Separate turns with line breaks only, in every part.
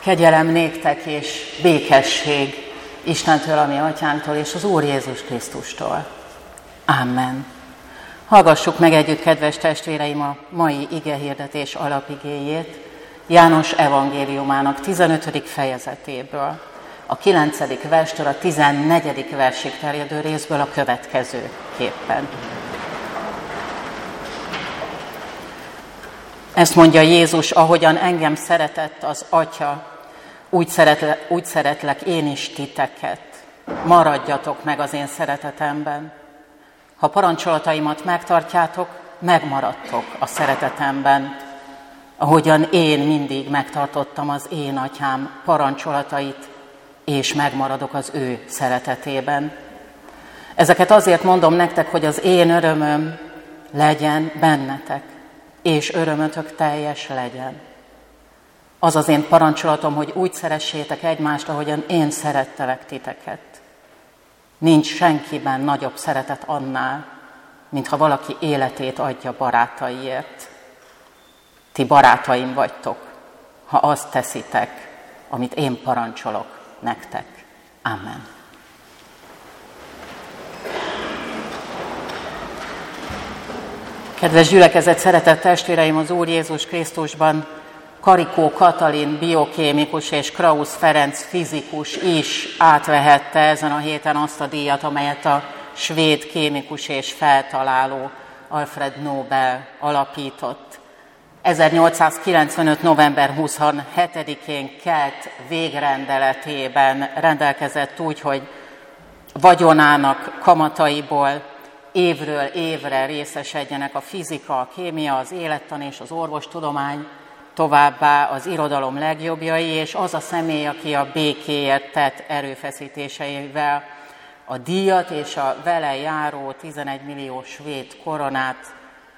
Kegyelem néktek és békesség Istentől, a mi atyánktól és az Úr Jézus Krisztustól. Amen. Hallgassuk meg együtt, kedves testvéreim, a mai igehirdetés alapigéjét János evangéliumának 15. fejezetéből, a 9. verstől a 14. versig terjedő részből a következőképpen. Ezt mondja Jézus: ahogyan engem szeretett az Atya, úgy szeretlek én is titeket. Maradjatok meg az én szeretetemben. Ha parancsolataimat megtartjátok, megmaradtok a szeretetemben, ahogyan én mindig megtartottam az én Atyám parancsolatait, és megmaradok az ő szeretetében. Ezeket azért mondom nektek, hogy az én örömöm legyen bennetek, és örömötök teljes legyen. Az az én parancsolatom, hogy úgy szeressétek egymást, ahogyan én szerettelek titeket. Nincs senkiben nagyobb szeretet annál, mintha valaki életét adja barátaiért. Ti barátaim vagytok, ha azt teszitek, amit én parancsolok nektek. Amen. Kedves gyülekezet, szeretett testvéreim, az Úr Jézus Krisztusban Karikó Katalin biokémikus és Krausz Ferenc fizikus is átvehette ezen a héten azt a díjat, amelyet a svéd kémikus és feltaláló Alfred Nobel alapított. 1895. november 27-én kelt végrendeletében rendelkezett úgy, hogy vagyonának kamataiból évről évre részesedjenek a fizika, a kémia, az élettan és az orvostudomány, továbbá az irodalom legjobbjai, és az a személy, aki a békéért tett erőfeszítéseivel a díjat és a vele járó 11 millió svéd koronát,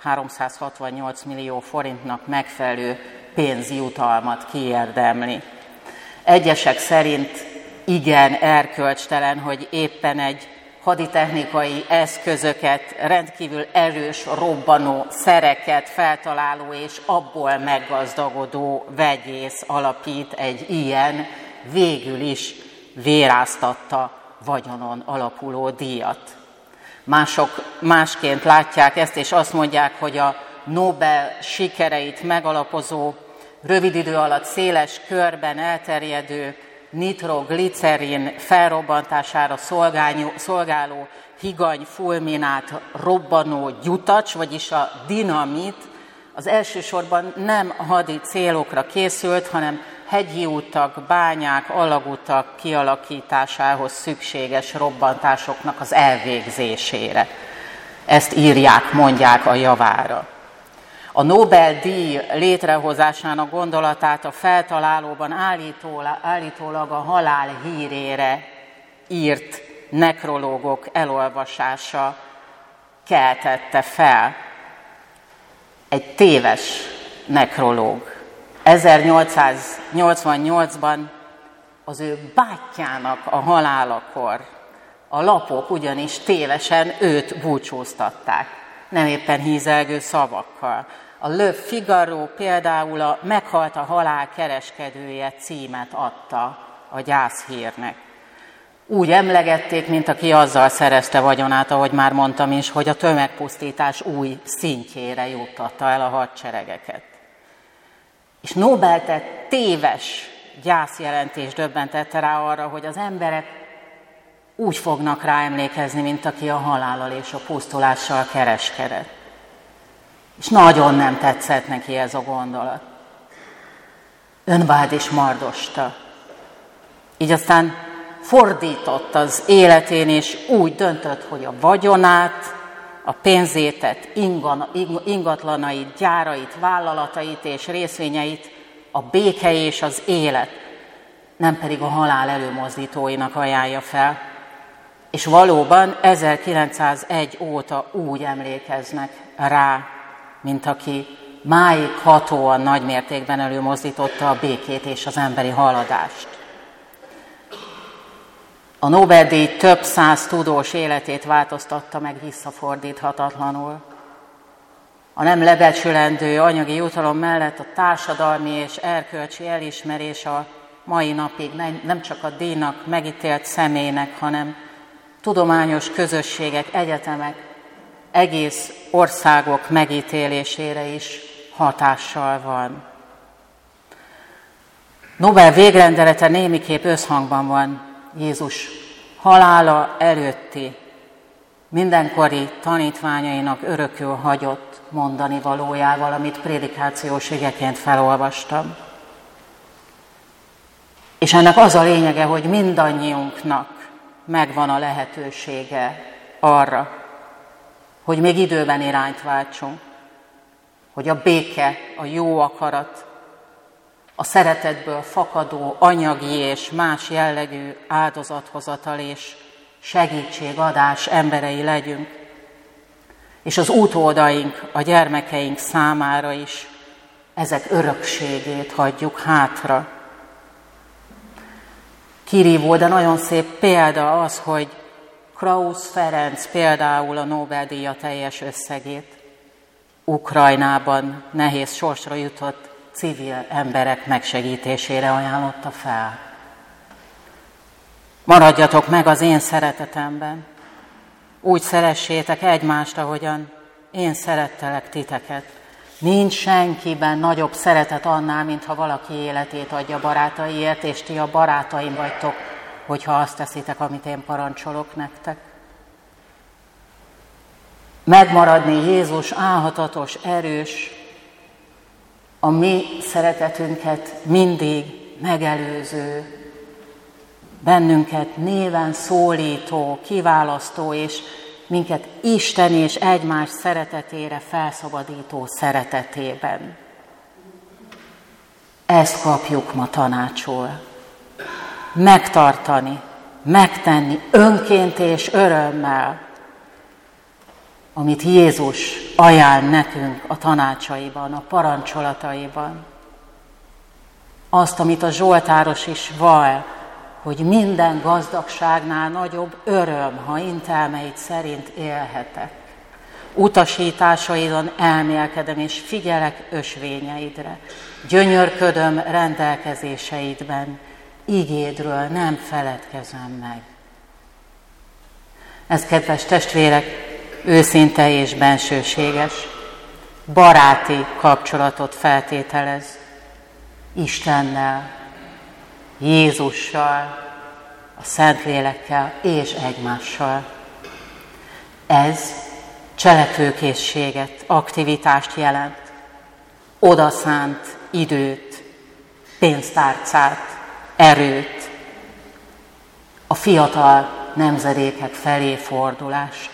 368 millió forintnak megfelelő pénzjutalmat kiérdemli. Egyesek szerint igen erkölcstelen, hogy éppen egy haditechnikai eszközöket, rendkívül erős, robbanó szereket feltaláló és abból meggazdagodó vegyész alapít egy ilyen, végül is véráztatta vagyonon alapuló díjat. Mások másként látják ezt, és azt mondják, hogy a Nobel sikereit megalapozó, rövid idő alatt széles körben elterjedő nitroglicerin felrobbantására szolgáló higany fulminát robbanó gyutacs, vagyis a dinamit az elsősorban nem hadi célokra készült, hanem hegyi utak, bányák, alagutak kialakításához szükséges robbantásoknak az elvégzésére. Ezt írják, mondják a javára. A Nobel-díj létrehozásának gondolatát a feltalálóban állítólag a halál hírére írt nekrológok elolvasása keltette fel. Egy téves nekrológ. 1888-ban az ő bátyjának a halálakor a lapok ugyanis tévesen őt búcsúztatták, nem éppen hízelgő szavakkal. A Le Figaro például a Meghalt a halál kereskedője címet adta a gyászhírnek. Úgy emlegették, mint aki azzal szerezte vagyonát, ahogy már mondtam is, hogy a tömegpusztítás új szintjére juttatta el a hadseregeket. És Nobel tett téves gyászjelentés döbbentette rá arra, hogy az emberek úgy fognak rá emlékezni, mint aki a halállal és a pusztulással kereskedett. És nagyon nem tetszett neki ez a gondolat. Önvád is mardosta. Így aztán fordított az életén, és úgy döntött, hogy a vagyonát, a pénzétet, ingatlanait, gyárait, vállalatait és részvényeit a béke és az élet, nem pedig a halál előmozdítóinak ajánlja fel. És valóban 1901 óta úgy emlékeznek rá, mint aki máig hatóan nagymértékben előmozdította a békét és az emberi haladást. A Nobel-díj több száz tudós életét változtatta meg visszafordíthatatlanul. A nem lebecsülendő anyagi jutalom mellett a társadalmi és erkölcsi elismerés a mai napig nem csak a díjnak megítélt személynek, hanem tudományos közösségek, egyetemek, egész országok megítélésére is hatással van. Nobel végrendelete némiképp összhangban van Jézus halála előtti, mindenkori tanítványainak örökül hagyott mondani valójával, amit prédikációs igeként felolvastam. És ennek az a lényege, hogy mindannyiunknak megvan a lehetősége arra, hogy még időben irányt váltsunk, hogy a béke, a jó akarat, a szeretetből fakadó anyagi és más jellegű áldozathozatal és segítségadás emberei legyünk, és az utódaink, a gyermekeink számára is ezek örökségét hagyjuk hátra. Kirívó, de nagyon szép példa az, hogy Krausz Ferenc például a Nobel-díja teljes összegét Ukrajnában nehéz sorsra jutott civil emberek megsegítésére ajánlotta fel. Maradjatok meg az én szeretetemben, úgy szeressétek egymást, ahogyan én szerettelek titeket. Nincs senkiben nagyobb szeretet annál, mintha valaki életét adja barátaiért, és ti a barátaim vagytok, hogyha azt teszitek, amit én parancsolok nektek. Megmaradni Jézus álhatatos, erős, a mi szeretetünket mindig megelőző, bennünket néven szólító, kiválasztó és minket Isten és egymás szeretetére felszabadító szeretetében. Ezt kapjuk ma tanácsul. Megtartani, megtenni önként és örömmel, amit Jézus ajánl nekünk a tanácsaiban, a parancsolataiban. Azt, amit a Zsoltáros is vall, hogy minden gazdagságnál nagyobb öröm, ha intelmeid szerint élhetek. Utasításaidon elmélkedem, és figyelek ösvényeidre. Gyönyörködöm rendelkezéseidben, igédről nem feledkezem meg. Ez, kedves testvérek, őszinte és bensőséges, baráti kapcsolatot feltételez Istennel, Jézussal, a Szentlélekkel és egymással. Ez cselekvőkészséget, aktivitást jelent, odaszánt időt, pénztárcát, erőt, a fiatal nemzedékek felé fordulást.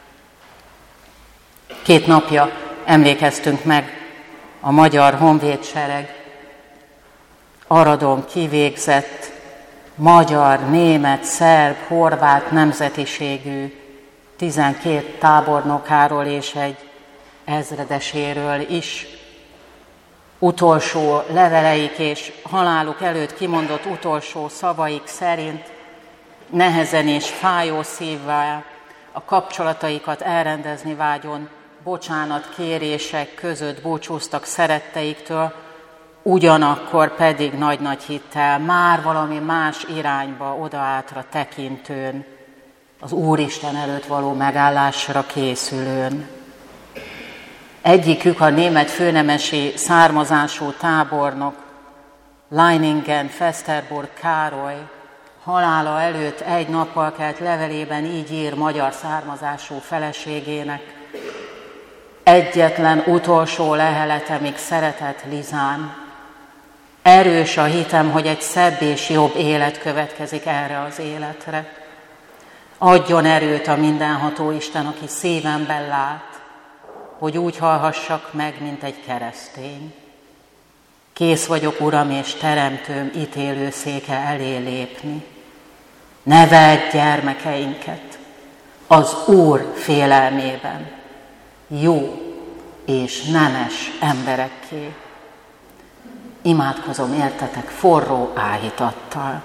2 napja emlékeztünk meg a Magyar Honvédsereg Aradon kivégzett magyar, német, szerb, horvát nemzetiségű 12 tábornokáról és egy ezredeséről is. Utolsó leveleik és haláluk előtt kimondott utolsó szavaik szerint nehezen és fájó szívvel a kapcsolataikat elrendezni vágyon bocsánatkérések között búcsúztak szeretteiktől, ugyanakkor pedig nagy-nagy hittel már valami más irányba, odaátra tekintőn, az Úristen előtt való megállásra készülőn. Egyikük a német főnemesi származású tábornok, Leiningen-Festerburg Károly, halála előtt 1 nappal kelt levelében így ír magyar származású feleségének: egyetlen utolsó leheletemig szeretett Lizán, erős a hitem, hogy egy szebb és jobb élet következik erre az életre. Adjon erőt a mindenható Isten, aki szívemben lát, hogy úgy halhassak meg, mint egy keresztény. Kész vagyok, Uram és Teremtőm, ítélőszéke elé lépni. Neveld gyermekeinket az Úr félelmében, jó és nemes emberekké. Imádkozom értetek forró áhítattal.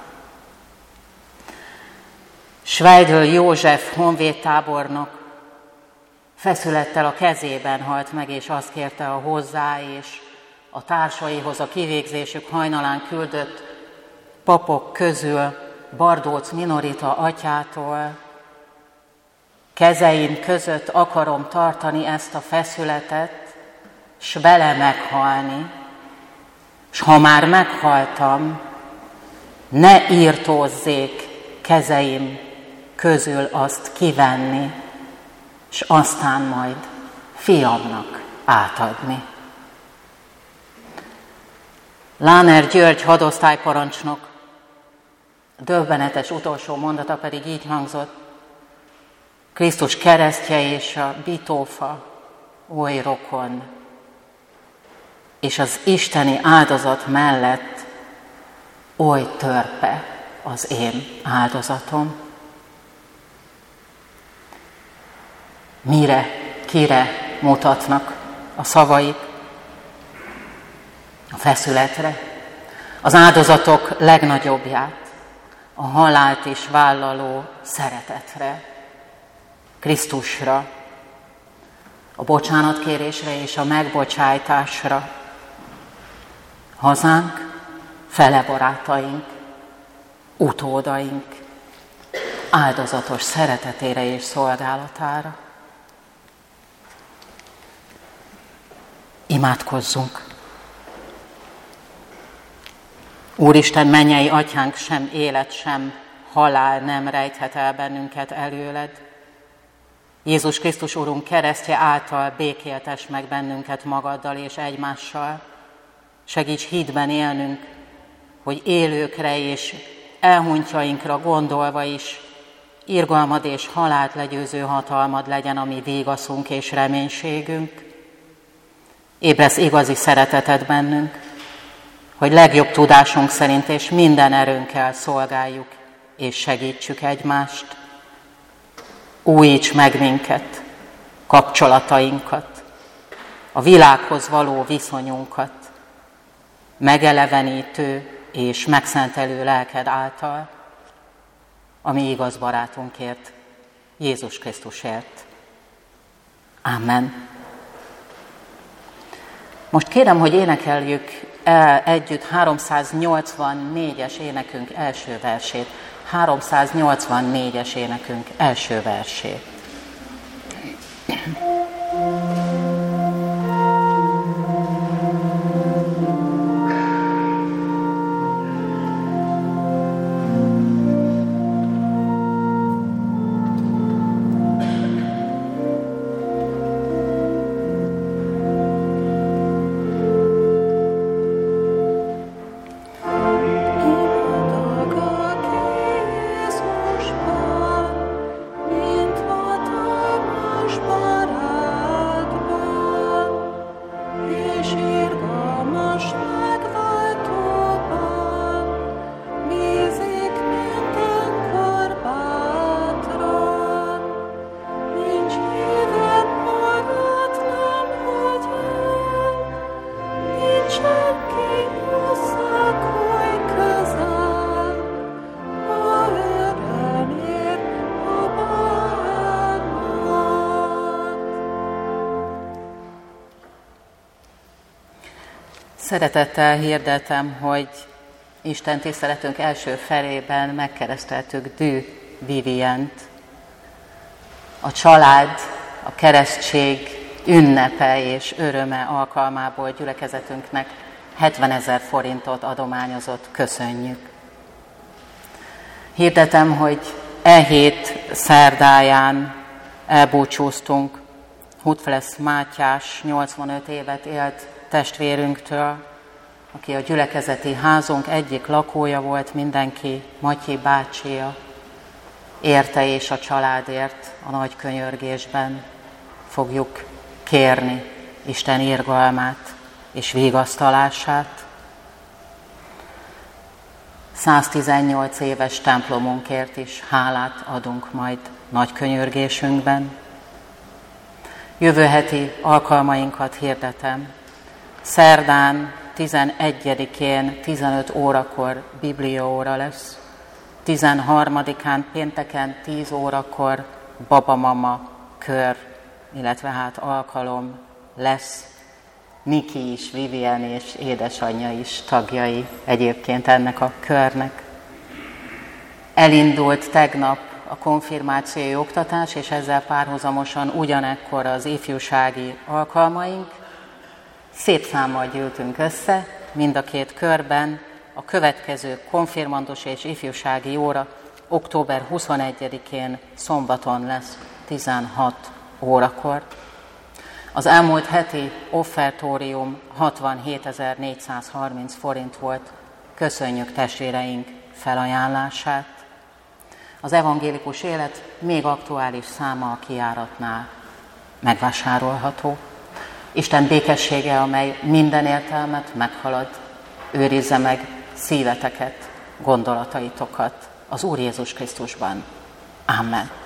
Schweidl József honvédtábornok feszülettel a kezében halt meg, és azt kérte a hozzá és a társaihoz a kivégzésük hajnalán küldött papok közül, Bardóc Minorita atyától, kezeim között akarom tartani ezt a feszületet, s vele meghalni, s ha már meghaltam, ne írtózzék kezeim közül azt kivenni, s aztán majd fiamnak átadni. Láner György hadosztályparancsnok döbbenetes utolsó mondata pedig így hangzott: Krisztus keresztje és a bitófa oly rokon, és az isteni áldozat mellett oly törpe az én áldozatom. Mire, kire mutatnak a szavaik? A feszületre, az áldozatok legnagyobbját, a halált is vállaló szeretetre, Krisztusra, a bocsánatkérésre és a megbocsájtásra. Hazánk, fele barátaink, utódaink áldozatos szeretetére és szolgálatára. Imádkozzunk! Úristen, mennyei atyánk, sem élet, sem halál nem rejthet el bennünket előled. Jézus Krisztus Urunk keresztje által békéltess meg bennünket magaddal és egymással. Segíts hitben élnünk, hogy élőkre és elhunytjainkra gondolva is irgalmad és halált legyőző hatalmad legyen a mi vigaszunk és reménységünk. Ébresz igazi szereteted bennünk, hogy legjobb tudásunk szerint és minden erőnkkel szolgáljuk és segítsük egymást. Újíts meg minket, kapcsolatainkat, a világhoz való viszonyunkat, megelevenítő és megszentelő lelked által, a mi igaz barátunkért, Jézus Krisztusért. Amen. Most kérem, hogy énekeljük el együtt 384-es énekünk első versét. 384-es énekünk első versét. Szeretettel hirdetem, hogy Isten tiszteletünk első felében megkereszteltük Dű Vivient. A család, a keresztség ünnepe és öröme alkalmából gyülekezetünknek 70 000 forintot adományozott, köszönjük. Hirdetem, hogy e hét szerdáján elbúcsúztunk Hutflesz Mátyás 85 évet élt testvérünktől, aki a gyülekezeti házunk egyik lakója volt, mindenki Matyi bácsia. Érte és a családért a nagy könyörgésben fogjuk kérni Isten irgalmát és vigasztalását. 118 éves templomunkért is hálát adunk majd nagy könyörgésünkben. Jövő heti alkalmainkat hirdetem. Szerdán 11-én 15 órakor bibliaóra lesz, 13-án pénteken 10 órakor babamama kör, illetve alkalom lesz, Niki is, Vivian és édesanyja is tagjai egyébként ennek a körnek. Elindult tegnap a konfirmációi oktatás, és ezzel párhuzamosan ugyanekkor az ifjúsági alkalmaink. Szép számmal gyűltünk össze, mind a két körben. A következő konfirmandos és ifjúsági óra október 21-én szombaton lesz 16 órakor. Az elmúlt heti offertórium 67.430 forint volt. Köszönjük testvéreink felajánlását. Az evangélikus élet még aktuális száma a kijáratnál megvásárolható. Isten békessége, amely minden értelmet meghalad, őrizze meg szíveteket, gondolataitokat az Úr Jézus Krisztusban. Amen.